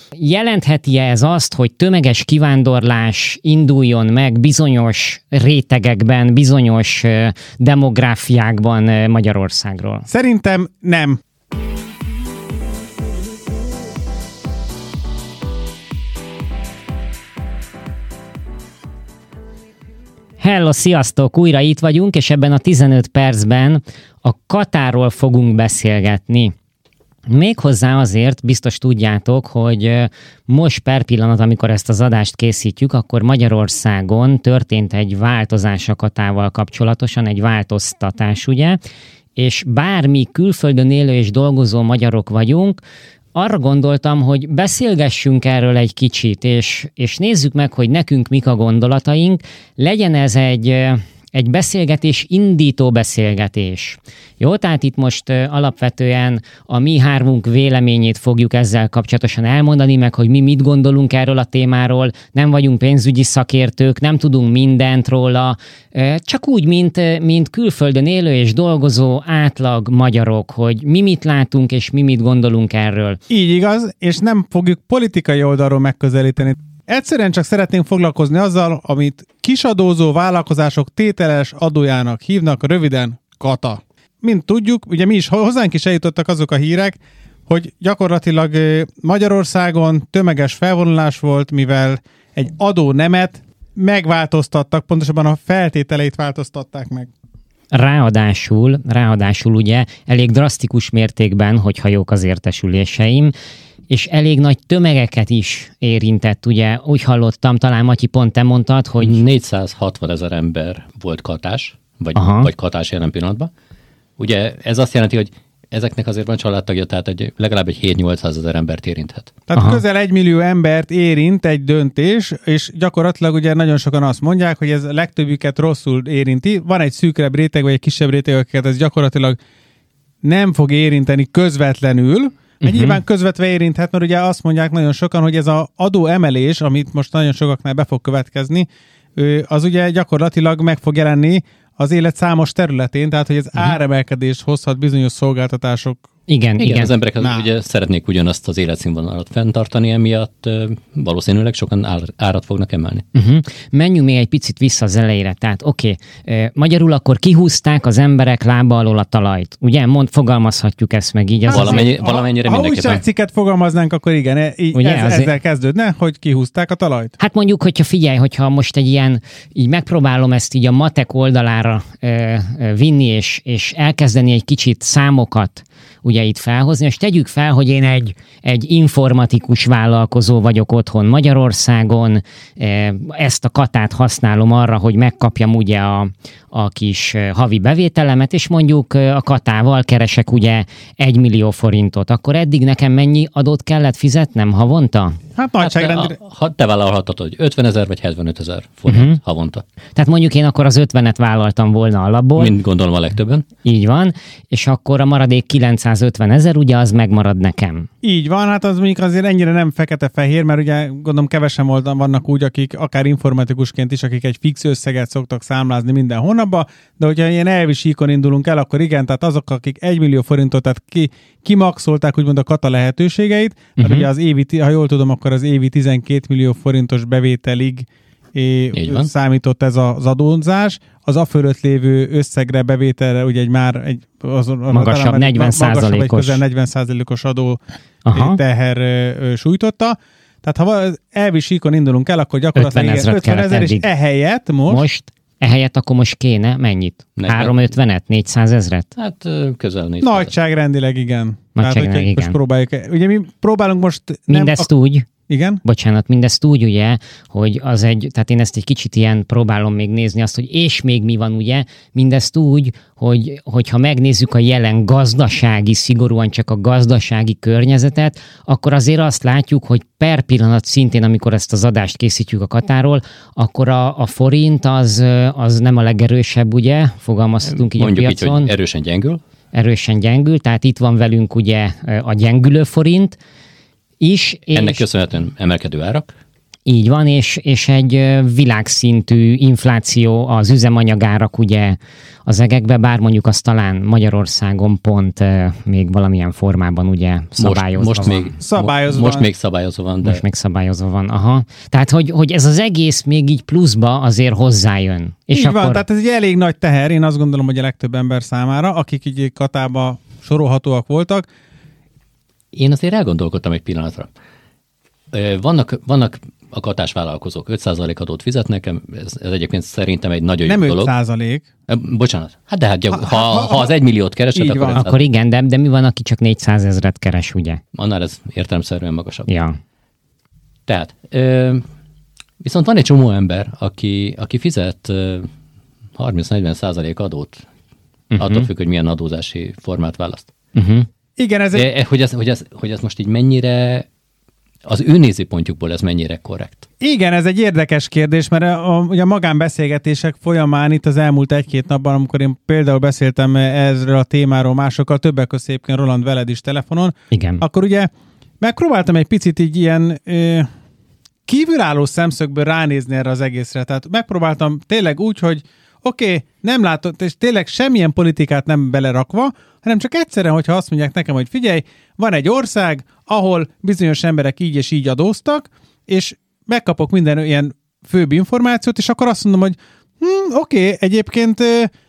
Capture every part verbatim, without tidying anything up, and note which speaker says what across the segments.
Speaker 1: Jelentheti-e ez azt, hogy tömeges kivándorlás induljon meg bizonyos rétegekben, bizonyos demográfiákban Magyarországról?
Speaker 2: Szerintem nem.
Speaker 1: Hello, sziasztok! Újra itt vagyunk, és ebben a tizenöt percben a Katarról fogunk beszélgetni. Méghozzá azért, biztos tudjátok, hogy most per pillanat, amikor ezt az adást készítjük, akkor Magyarországon történt egy változás a Katával kapcsolatosan, egy változtatás, ugye? És bármi külföldön élő és dolgozó magyarok vagyunk, arra gondoltam, hogy beszélgessünk erről egy kicsit, és, és nézzük meg, hogy nekünk mik a gondolataink. Legyen ez egy, egy beszélgetés, indító beszélgetés. Jó, tehát itt most alapvetően a mi hármunk véleményét fogjuk ezzel kapcsolatosan elmondani, meg hogy mi mit gondolunk erről a témáról, nem vagyunk pénzügyi szakértők, nem tudunk mindent róla, csak úgy, mint, mint külföldön élő és dolgozó átlag magyarok, hogy mi mit látunk és mi mit gondolunk erről.
Speaker 2: Így igaz, és nem fogjuk politikai oldalról megközelíteni. Egyszerűen csak szeretnénk foglalkozni azzal, amit kisadózó vállalkozások tételes adójának hívnak, röviden Kata. Mint tudjuk, ugye mi is, hozzánk is eljutottak azok a hírek, hogy gyakorlatilag Magyarországon tömeges felvonulás volt, mivel egy adónemet megváltoztattak, pontosabban a feltételeit változtatták meg.
Speaker 1: Ráadásul, ráadásul ugye elég drasztikus mértékben, hogyha jók az értesüléseim, és elég nagy tömegeket is érintett, ugye, úgy hallottam, talán Matyi pont te mondtad, hogy...
Speaker 3: négyszázhatvan ezer ember volt katás, vagy, vagy katás jelen pillanatban. Ugye ez azt jelenti, hogy ezeknek azért van családtagja, tehát egy, legalább egy hét-nyolcszázezer embert érinthet.
Speaker 2: Tehát Aha. közel egy millió embert érint egy döntés, és gyakorlatilag ugye nagyon sokan azt mondják, hogy ez legtöbbüket rosszul érinti. Van egy szűkebb réteg, vagy egy kisebb réteg, akiket ez gyakorlatilag nem fog érinteni közvetlenül. Uh-huh. Nyilván közvetve érinthet, mert ugye azt mondják nagyon sokan, hogy ez az adóemelés, amit most nagyon sokaknál be fog következni, az ugye gyakorlatilag meg fog jelenni az élet számos területén, tehát hogy ez uh-huh. áremelkedést hozhat bizonyos szolgáltatások.
Speaker 1: Igen,
Speaker 3: igen.
Speaker 1: igen.
Speaker 3: Az emberek az ugye szeretnék ugyanazt az életszínvonalat fenntartani, emiatt valószínűleg sokan árat fognak emelni.
Speaker 1: Uh-huh. Menjünk még egy picit vissza az elejére. Tehát oké, okay, magyarul akkor kihúzták az emberek lába alól a talajt. Ugye? Mond, fogalmazhatjuk ezt meg így.
Speaker 3: Hát Valamennyi, valamennyire
Speaker 2: ha,
Speaker 3: mindenképpen. Ha
Speaker 2: újságcikket fogalmaznánk, akkor igen, így, ugye, ez, azért... ezzel kezdődne, hogy kihúzták a talajt.
Speaker 1: Hát mondjuk, hogyha figyelj, hogyha most egy ilyen, így megpróbálom ezt így a matek oldalára ö, ö, vinni, és, és elkezdeni egy kicsit számokat ugye itt felhozni, és tegyük fel, hogy én egy, egy informatikus vállalkozó vagyok otthon Magyarországon, ezt a Katát használom arra, hogy megkapjam ugye a, a kis havi bevételemet, és mondjuk a Katával keresek ugye egy millió forintot, akkor eddig nekem mennyi adót kellett fizetnem havonta?
Speaker 2: Hát nagyságrendire.
Speaker 3: Hát, ha te vállalhatod, hogy ötvenezer vagy hetvenezer forint uh-huh. havonta.
Speaker 1: Tehát mondjuk én akkor az ötvenet vállaltam volna alapból.
Speaker 3: Mind gondolom a legtöbben.
Speaker 1: Így van, és akkor a maradék kilencszázötven ezer, ugye az megmarad nekem.
Speaker 2: Így van, hát az mondjuk azért ennyire nem fekete-fehér, mert ugye gondolom kevesen vannak úgy, akik akár informatikusként is, akik egy fix összeget szoktak számlázni minden hónapban, de hogyha ilyen elvi síkon indulunk el, akkor igen, tehát azok, akik egy millió forintot, tehát ki, kimaxolták úgymond a Kata lehetőségeit, uh-huh. mert ugye az évi, ha jól tudom, akkor az évi tizenkét millió forintos bevételig é, számított ez az adózás. Az a fölött lévő összegre, bevételre ugye egy már egy az,
Speaker 1: magasabb negyven százalékos
Speaker 2: közel negyven százalékos adó Aha. teher ö, sújtotta. Tehát ha elvi síkon indulunk el, akkor gyakorlatilag ötven ezer, és ehelyett most...
Speaker 1: Most ehelyett akkor most kéne mennyit? háromszázötvenet? négyszázezret?
Speaker 3: Hát közel négyszáz.
Speaker 2: Nagyságrendileg igen.
Speaker 1: Nagyságrendileg
Speaker 2: Tehát,
Speaker 1: igen.
Speaker 2: Most próbáljuk, ugye mi próbálunk most...
Speaker 1: Mindezt
Speaker 2: nem,
Speaker 1: úgy...
Speaker 2: Igen?
Speaker 1: Bocsánat, mindezt úgy, ugye, hogy az egy, tehát én ezt egy kicsit ilyen próbálom még nézni azt, hogy és még mi van, ugye, mindezt úgy, hogy, hogyha megnézzük a jelen gazdasági, szigorúan csak a gazdasági környezetet, akkor azért azt látjuk, hogy per pillanat szintén, amikor ezt az adást készítjük a Katáról, akkor a, a forint az, az nem a legerősebb, ugye, fogalmazhatunk így
Speaker 3: Mondjuk
Speaker 1: a piacon.
Speaker 3: Így, hogy erősen gyengül.
Speaker 1: Erősen gyengül, tehát itt van velünk ugye a gyengülő forint, is.
Speaker 3: Ennek köszönhetően emelkedő árak.
Speaker 1: Így van, és, és egy világszintű infláció, az üzemanyagárak ugye az egekbe, bár mondjuk az talán Magyarországon pont még valamilyen formában ugye szabályozva
Speaker 3: most, most
Speaker 1: van.
Speaker 3: Még,
Speaker 2: szabályozva
Speaker 3: most még szabályozva van. De...
Speaker 1: Most még szabályozva van, aha. Tehát, hogy, hogy ez az egész még így pluszba azért hozzájön. És
Speaker 2: így
Speaker 1: akkor...
Speaker 2: van, tehát ez egy elég nagy teher, én azt gondolom, hogy a legtöbb ember számára, akik így katába sorolhatóak voltak.
Speaker 3: Én azért elgondolkodtam egy pillanatra. Vannak, vannak a katás vállalkozók, öt százalék adót fizetnek, ez, ez egyébként szerintem egy nagyon
Speaker 2: nem
Speaker 3: jó dolog.
Speaker 2: Nem öt százalék.
Speaker 3: Bocsánat, hát de hát gyak, ha, ha, ha az egy milliót keresed, akkor...
Speaker 1: Akkor igen, de, de mi van, aki csak négyszázezret keres, ugye?
Speaker 3: Annál ez értelemszerűen magasabb.
Speaker 1: Ja.
Speaker 3: Tehát, ö, viszont van egy csomó ember, aki, aki fizet harminc-negyven százalék adót, uh-huh. attól függ, hogy milyen adózási formát választ.
Speaker 1: Uh-huh.
Speaker 2: Igen, ez egy...
Speaker 3: De, hogy, ez, hogy, ez, hogy ez most így mennyire... Az ő nézőpontjukból ez mennyire korrekt?
Speaker 2: Igen, ez egy érdekes kérdés, mert a, a, ugye a magánbeszélgetések folyamán itt az elmúlt egy-két napban, amikor én például beszéltem ezről a témáról másokkal, többek között egyébként Roland veled is telefonon,
Speaker 1: igen.
Speaker 2: Akkor ugye megpróbáltam egy picit így ilyen ö, kívülálló szemszögből ránézni erre az egészre. Tehát megpróbáltam tényleg úgy, hogy oké, okay, nem látott, és tényleg semmilyen politikát nem belerakva, hanem csak egyszerűen, hogyha azt mondják nekem, hogy figyelj, van egy ország, ahol bizonyos emberek így és így adóztak, és megkapok minden ilyen főbb információt, és akkor azt mondom, hogy hm, oké, okay, egyébként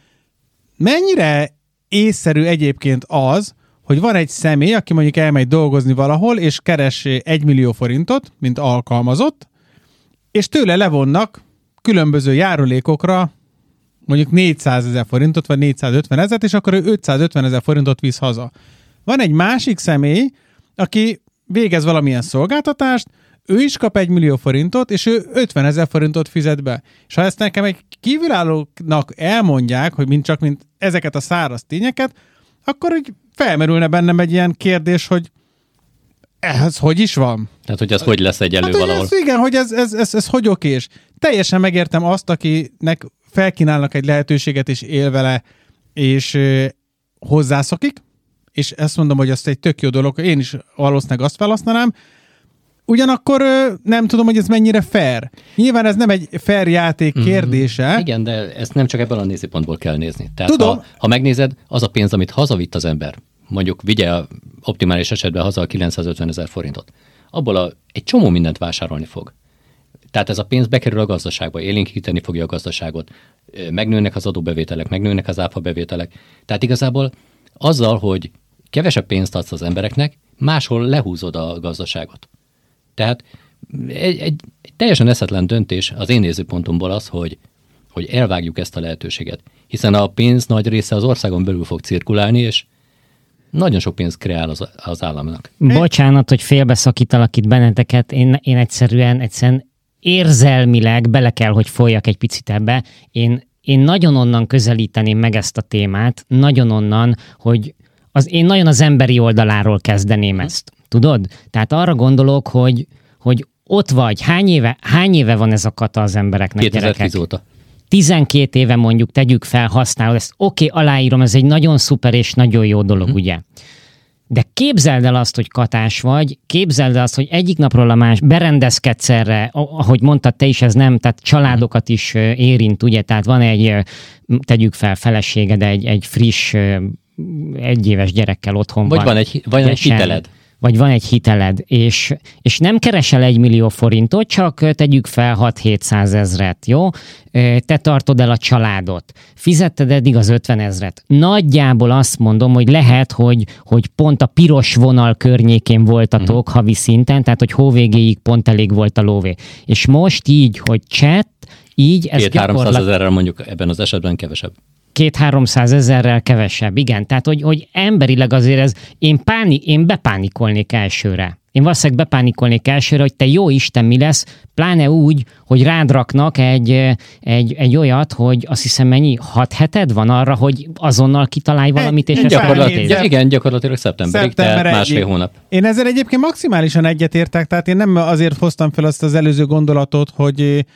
Speaker 2: mennyire észszerű egyébként az, hogy van egy személy, aki mondjuk elmegy dolgozni valahol, és keres egy millió forintot, mint alkalmazott, és tőle levonnak különböző járulékokra mondjuk négyszázezer forintot, vagy négyszázötven ezeret, és akkor ő ötszázötven ezer forintot visz haza. Van egy másik személy, aki végez valamilyen szolgáltatást, ő is kap egy millió forintot, és ő ötven ezer forintot fizet be. És ha ezt nekem egy kívülállóknak elmondják, hogy mint csak mint ezeket a száraz tényeket, akkor úgy felmerülne bennem egy ilyen kérdés, hogy ez hogy is van?
Speaker 3: Tehát, hogy ez hogy lesz egyenlő hát, valahol?
Speaker 2: Ez, igen, hogy ez, ez, ez, ez hogy okés. Teljesen megértem azt, akinek felkínálnak egy lehetőséget, és él vele, és ö, hozzászokik, és ezt mondom, hogy ez egy tök jó dolog, én is valószínűleg azt felhasználnám. Ugyanakkor ö, nem tudom, hogy ez mennyire fair. Nyilván ez nem egy fair játék kérdése.
Speaker 3: Mm-hmm. Igen, de ezt nem csak ebből a nézőpontból kell nézni. Tehát
Speaker 2: tudom.
Speaker 3: Ha, ha megnézed, az a pénz, amit hazavitt az ember, mondjuk vigye a optimális esetben haza a kilencszázötven ezer forintot, abból a, egy csomó mindent vásárolni fog. Tehát ez a pénz bekerül a gazdaságba, élénkíteni fogja a gazdaságot, megnőnek az adóbevételek, megnőnek az áfa bevételek. Tehát igazából azzal, hogy kevesebb pénzt adsz az embereknek, máshol lehúzod a gazdaságot. Tehát egy, egy, egy teljesen eszetlen döntés az én nézőpontomból az, hogy, hogy elvágjuk ezt a lehetőséget. Hiszen a pénz nagy része az országon belül fog cirkulálni, és nagyon sok pénzt kreál az, az államnak.
Speaker 1: Bocsánat, hogy félbeszakítalak itt benneteket, én, én egyszerűen, egyszerűen érzelmileg bele kell, hogy folyjak egy picit ebbe. Én, én nagyon onnan közelíteném meg ezt a témát, nagyon onnan, hogy az, én nagyon az emberi oldaláról kezdeném hm. ezt. Tudod? Tehát arra gondolok, hogy, hogy ott vagy, hány éve, hány éve van ez a kata az embereknek,
Speaker 3: kétezer-tíz óta.
Speaker 1: tizenkét éve mondjuk tegyük fel, használod ezt. Oké, okay, aláírom, ez egy nagyon szuper és nagyon jó dolog, hm. ugye? De képzeld el azt, hogy katás vagy, képzeld el azt, hogy egyik napról a más berendezkedsz erre, ahogy mondtad te is, ez nem, tehát családokat is érint, ugye? Tehát van egy, tegyük fel, feleséged, egy, egy friss, egyéves gyerekkel otthon
Speaker 3: vagy
Speaker 1: van.
Speaker 3: Van egy, vagy egy hiteled.
Speaker 1: Vagy van egy hiteled, és, és nem keresel egy millió forintot, csak tegyük fel hat-hétszáz ezret, jó? Te tartod el a családot. Fizetted eddig az ötven ezret. Nagyjából azt mondom, hogy lehet, hogy, hogy pont a piros vonal környékén voltatok uh-huh. havi szinten, tehát hogy hóvégéig pont elég volt a lóvé. És most így, hogy chat, így...
Speaker 3: két-háromszáz ezerrel mondjuk ebben az esetben kevesebb.
Speaker 1: két-háromszáz ezerrel kevesebb, igen. Tehát, hogy, hogy emberileg azért ez, én, páni, én bepánikolnék elsőre. Én valószínűleg bepánikolnék elsőre, hogy te jó Isten mi lesz, pláne úgy, hogy rád raknak egy, egy, egy olyat, hogy azt hiszem mennyi, hat heted van arra, hogy azonnal kitalálj valamit, és ezt
Speaker 3: gyakorlatilag, igen, gyakorlatilag szeptemberig,
Speaker 2: Szeptember
Speaker 3: tehát másfél hónap.
Speaker 2: Én ezzel egyébként maximálisan egyetértek, tehát én nem azért hoztam fel azt az előző gondolatot, hogy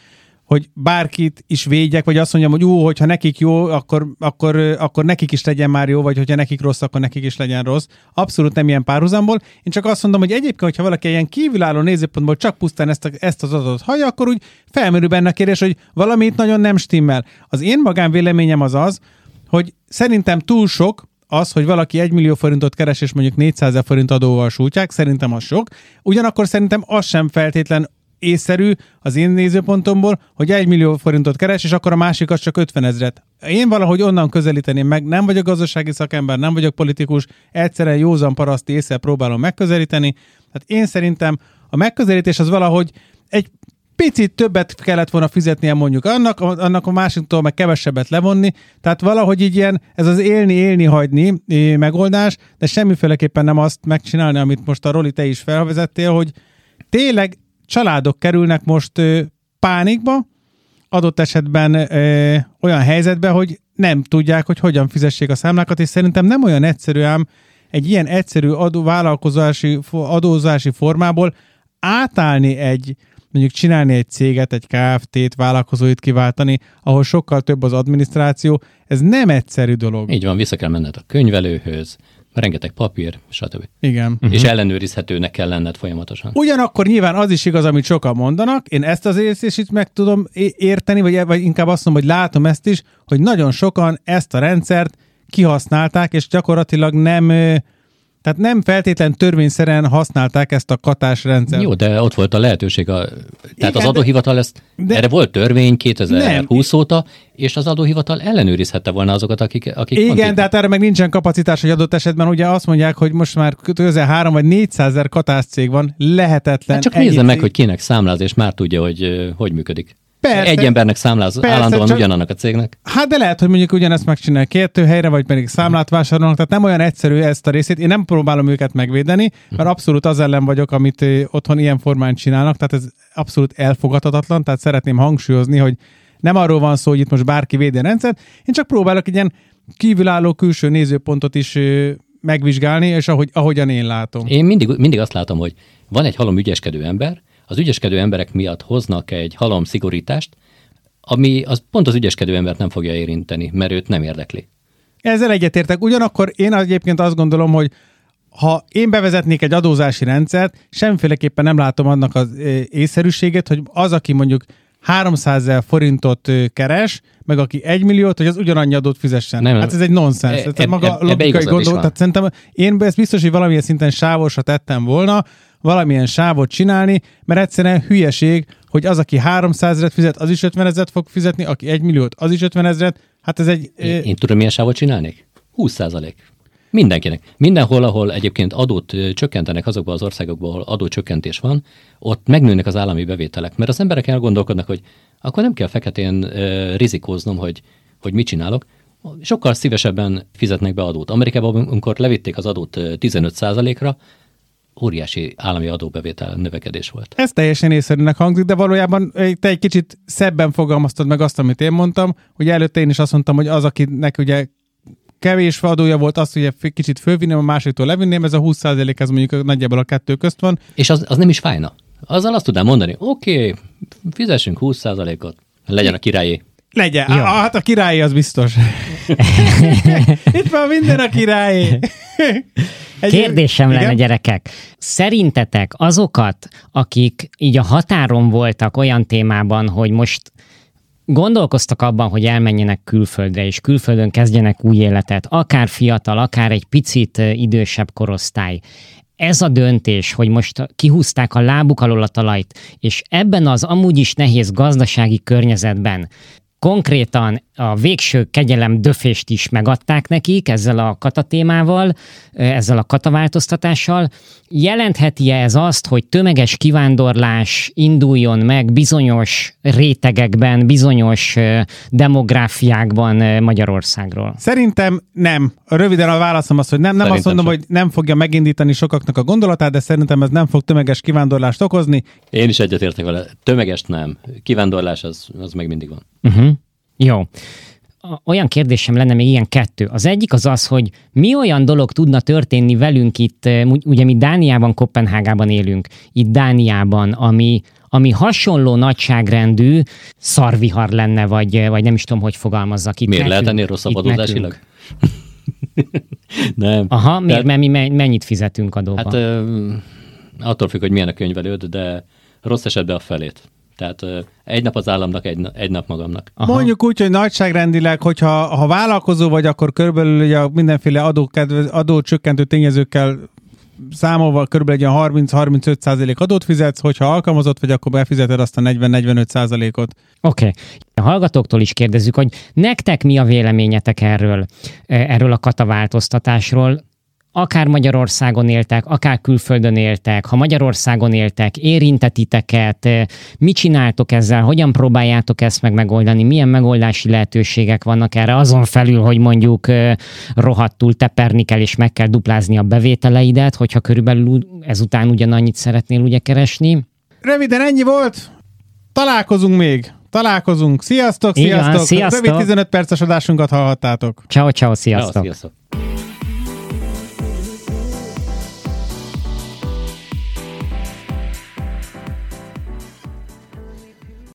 Speaker 2: hogy bárkit is védjek, vagy azt mondjam, hogy ú, hogyha nekik jó, akkor, akkor, akkor nekik is legyen már jó, vagy hogyha nekik rossz, akkor nekik is legyen rossz. Abszolút nem ilyen párhuzamból. Én csak azt mondom, hogy egyébként, hogyha valaki ilyen kívülálló nézőpontból csak pusztán ezt, a, ezt az adatot hallja, akkor úgy felmerül benne a kérdés, hogy valami itt nagyon nem stimmel. Az én magánvéleményem az az, hogy szerintem túl sok az, hogy valaki egy millió forintot keres, és mondjuk négyszázezer forint adóval sújtják, szerintem az sok. Ugyanakkor szerintem az sem feltétlen észszerű az én nézőpontomból, hogy egy millió forintot keres, és akkor a másik az csak ötvenezret. Én valahogy onnan közelíteném meg, nem vagyok gazdasági szakember, nem vagyok politikus, egyszerűen józan paraszti ésszel próbálom megközelíteni. Tehát én szerintem a megközelítés az valahogy egy picit többet kellett volna fizetnie mondjuk annak, annak a másiktól meg kevesebbet levonni, tehát valahogy így ilyen, ez az élni, élni, hagyni megoldás, de semmiféleképpen nem azt megcsinálni, amit most a Roli te is felvezettél, hogy tényleg családok kerülnek most ö, pánikba, adott esetben ö, olyan helyzetbe, hogy nem tudják, hogy hogyan fizessék a számlákat, és szerintem nem olyan egyszerű ám egy ilyen egyszerű adó, vállalkozási, adózási formából átállni egy, mondjuk csinálni egy céget, egy ká ef té-t, vállalkozóit kiváltani, ahol sokkal több az adminisztráció, ez nem egyszerű dolog.
Speaker 3: Így van, vissza kell menned a könyvelőhöz, rengeteg papír, stb.
Speaker 2: Igen.
Speaker 3: Uh-huh. És ellenőrizhetőnek kell lenned folyamatosan.
Speaker 2: Ugyanakkor nyilván az is igaz, amit sokan mondanak, én ezt az érzést meg tudom érteni, vagy, vagy inkább azt mondom, hogy látom ezt is, hogy nagyon sokan ezt a rendszert kihasználták, és gyakorlatilag nem, tehát nem feltétlen törvényszerűen használták ezt a katás rendszert.
Speaker 3: Jó, de ott volt a lehetőség. A, tehát
Speaker 2: igen,
Speaker 3: az adóhivatal ezt, de, erre volt törvény kétezer-húsz nem. óta, és az adóhivatal ellenőrizhette volna azokat, akik... akik
Speaker 2: igen,
Speaker 3: mondjuk.
Speaker 2: de hát erre meg nincsen kapacitás, hogy adott esetben ugye azt mondják, hogy most már közel három vagy négyszázezer katás cég van, lehetetlen.
Speaker 3: Hát csak nézze meg, hogy kinek számláz, és már tudja, hogy hogy működik.
Speaker 2: Persze,
Speaker 3: egy embernek számláz persze, állandóan csak, ugyanannak a cégnek.
Speaker 2: Hát de lehet, hogy mondjuk ugyanezt megcsinálják kettő helyre, vagy pedig számlát vásárolnak, tehát nem olyan egyszerű ezt a részét. Én nem próbálom őket megvédeni, mert abszolút az ellen vagyok, amit otthon ilyen formán csinálnak, tehát ez abszolút elfogadhatatlan, tehát szeretném hangsúlyozni, hogy nem arról van szó, hogy itt most bárki védi a rendszert, én csak próbálok egy ilyen kívülálló külső nézőpontot is megvizsgálni, és ahogy, ahogyan én látom.
Speaker 3: Én mindig, mindig azt látom, hogy van egy halom ügyeskedő ember, az ügyeskedő emberek miatt hoznak egy halom szigorítást, ami az pont az ügyeskedő embert nem fogja érinteni, mert őt nem érdekli.
Speaker 2: Ezzel egyetértek. Ugyanakkor én egyébként azt gondolom, hogy ha én bevezetnék egy adózási rendszert, semmiféleképpen nem látom annak az észszerűségét, hogy az, aki mondjuk háromszázezer forintot keres, meg aki egy milliót, hogy az ugyanannyi adót fizessen. Nem, hát ez egy nonsens. E, e, maga e, logikai gondol. Tehát szerintem én ezt biztos, hogy valamilyen szinten sávosra tettem volna, valamilyen sávot csinálni, mert egyszerűen hülyeség, hogy az, aki háromszázezret fizet, az is ötvenezret fog fizetni, aki egy milliót, az is ötvenezret. Hát ez egy...
Speaker 3: Én, én tudom, milyen sávot csinálnék? húsz százalék. Mindenkinek. Mindenhol, ahol egyébként adót csökkentenek azokban az országokban, ahol adócsökkentés van, ott megnőnek az állami bevételek. Mert az emberek elgondolkodnak, hogy akkor nem kell feketén uh, rizikóznom, hogy, hogy mit csinálok. Sokkal szívesebben fizetnek be adót. Amerikában, amikor levitték az adót tizenöt százalékra, óriási állami adóbevétel növekedés volt.
Speaker 2: Ez teljesen észszerűnek hangzik, de valójában te egy kicsit szebben fogalmaztad meg azt, amit én mondtam, hogy előtte én is azt mondtam, hogy az, akinek ugye kevés adója volt, azt ugye kicsit fölvinném, a másiktól levinném, ez a húsz százalék, ez mondjuk nagyjából a kettő közt van.
Speaker 3: És az, az nem is fájna. Azzal azt tudnám mondani, oké, okay, fizessünk húsz százalékot, legyen a királyé.
Speaker 2: Legyen. Ah, hát a királyé az biztos. Itt van minden a királyé.
Speaker 1: Egy Kérdésem igen? lenne, gyerekek. Szerintetek azokat, akik így a határon voltak olyan témában, hogy most gondolkoztak abban, hogy elmenjenek külföldre, és külföldön kezdjenek új életet, akár fiatal, akár egy picit idősebb korosztály. Ez a döntés, hogy most kihúzták a lábuk alól a talajt, és ebben az amúgy is nehéz gazdasági környezetben konkrétan a végső kegyelem döfést is megadták nekik ezzel a kata témával, ezzel a kataváltoztatással. Jelentheti-e ez azt, hogy tömeges kivándorlás induljon meg bizonyos rétegekben, bizonyos demográfiákban Magyarországról?
Speaker 2: Szerintem nem. Röviden a válaszom az, hogy nem. Nem szerintem azt mondom, sem. hogy nem fogja megindítani sokaknak a gondolatát, de szerintem ez nem fog tömeges kivándorlást okozni.
Speaker 3: Én is egyetértek vele. Tömegest nem. Kivándorlás az, az meg mindig van.
Speaker 1: Uh-huh. Jó. olyan kérdésem lenne még ilyen kettő. Az egyik az az, hogy mi olyan dolog tudna történni velünk itt, ugye mi Dániában, Koppenhágában élünk, itt Dániában, ami, ami hasonló nagyságrendű szarvihar lenne, vagy, vagy nem is tudom, hogy fogalmazzak itt.
Speaker 3: Miért lehet ennél rosszabb adózásilag? Nem.
Speaker 1: Aha, miért? Mert mi mennyit fizetünk adóba?
Speaker 3: Hát ö, attól függ, hogy milyen a könyvelőd, de rossz esetben a felét. Tehát ö, egy nap az államnak, egy, egy nap magamnak.
Speaker 2: Aha. Mondjuk úgy, hogy nagyságrendileg, hogyha ha vállalkozó vagy, akkor körülbelül ugye mindenféle adókedve, adócsökkentő tényezőkkel számolva körülbelül egy harminc-harmincöt százalék adót fizetsz, hogyha alkalmazott vagy, akkor befizeted azt a negyven-negyvenöt százalékot.
Speaker 1: Oké. Okay. A hallgatóktól is kérdezzük, hogy nektek mi a véleményetek erről, erről a kataváltoztatásról? Akár Magyarországon éltek, akár külföldön éltek, ha Magyarországon éltek, érintetiteket, mit csináltok ezzel, hogyan próbáljátok ezt meg megoldani, milyen megoldási lehetőségek vannak erre, azon felül, hogy mondjuk rohadtul teperni kell, és meg kell duplázni a bevételeidet, hogyha körülbelül ezután ugyanannyit szeretnél ugye keresni?
Speaker 2: Röviden ennyi volt, találkozunk még. Találkozunk. Sziasztok, sziasztok!
Speaker 1: Igen, sziasztok.
Speaker 2: Rövid tizenöt perces adásunkat hallhattátok.
Speaker 1: Ciao, ciao, sziasztok!
Speaker 3: Ciao, sziasztok.